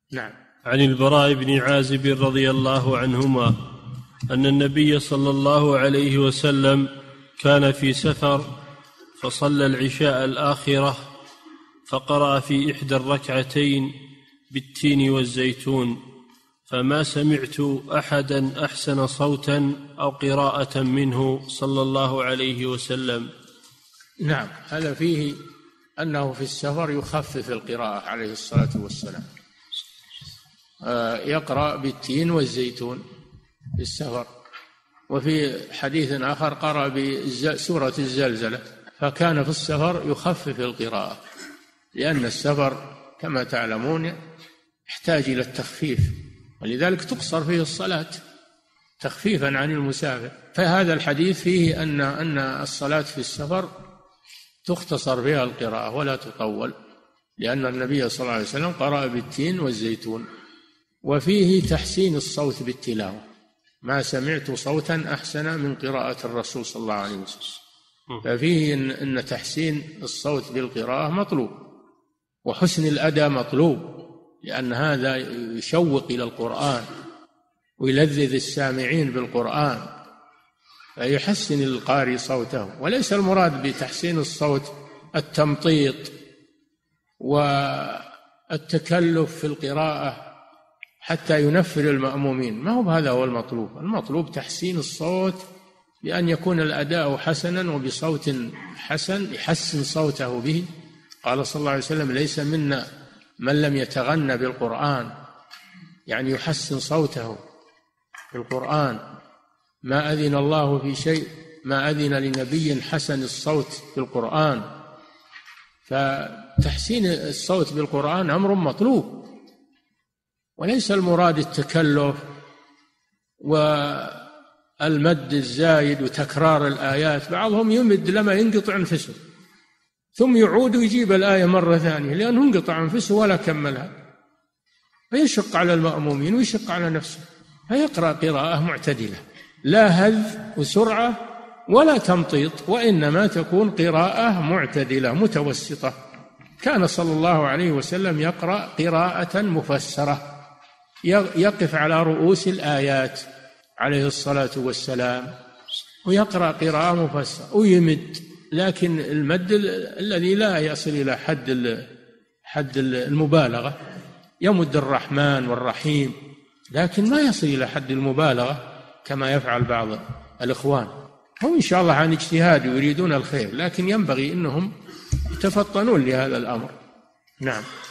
نعم. عن البراء بن عازب رضي الله عنهما أن النبي صلى الله عليه وسلم كان في سفر فصلى العشاء الآخرة فقرأ في إحدى الركعتين بالتين والزيتون، فما سمعت أحدا أحسن صوتا أو قراءة منه صلى الله عليه وسلم. نعم، هذا فيه أنه في السفر يخفف القراءة عليه الصلاة والسلام، يقرأ بالتين والزيتون في السفر. وفي حديث آخر قرأ بسورة الزلزلة، فكان في السفر يخفف القراءة، لأن السفر كما تعلمون يحتاج إلى التخفيف، ولذلك تقصر فيه الصلاة تخفيفا عن المسافر. فهذا الحديث فيه أن الصلاة في السفر تختصر فيها القراءة ولا تطول، لأن النبي صلى الله عليه وسلم قرأ بالتين والزيتون. وفيه تحسين الصوت بالتلاوة، ما سمعت صوتا أحسن من قراءة الرسول صلى الله عليه وسلم. ففيه أن تحسين الصوت بالقراءة مطلوب، وحسن الأداء مطلوب، لأن هذا يشوق إلى القرآن ويلذذ السامعين بالقرآن، فيحسن القارئ صوته. وليس المراد بتحسين الصوت التمطيط والتكلف في القراءة حتى ينفر المأمومين، ما هو هذا هو المطلوب. المطلوب تحسين الصوت بأن يكون الأداء حسنا وبصوت حسن يحسن صوته به. قال صلى الله عليه وسلم: ليس منا من لم يتغنى بالقرآن، يعني يحسن صوته بالقرآن. ما أذن الله في شيء، ما أذن لنبي حسن الصوت بالقرآن. فتحسين الصوت بالقرآن أمر مطلوب، وليس المراد التكلف والمد الزايد وتكرار الآيات. بعضهم يمد لما ينقطع أنفسه، ثم يعود ويجيب الآية مرة ثانية لأنه انقطع أنفسه ولا كملها، فيشق على المأمومين ويشق على نفسه. فيقرأ قراءة معتدلة، لا هذ وسرعة ولا تمطيط، وإنما تكون قراءة معتدلة متوسطة. كان صلى الله عليه وسلم يقرأ قراءة مفسرة، يقف على رؤوس الآيات عليه الصلاة والسلام، ويقرأ قراءة مفسرة ويمد، لكن المد الذي لا يصل إلى حد المبالغة. يمد الرحمن والرحيم، لكن ما يصل إلى حد المبالغة كما يفعل بعض الإخوان. هم إن شاء الله عن اجتهاد ويريدون الخير، لكن ينبغي أنهم يتفطنون لهذا الأمر. نعم.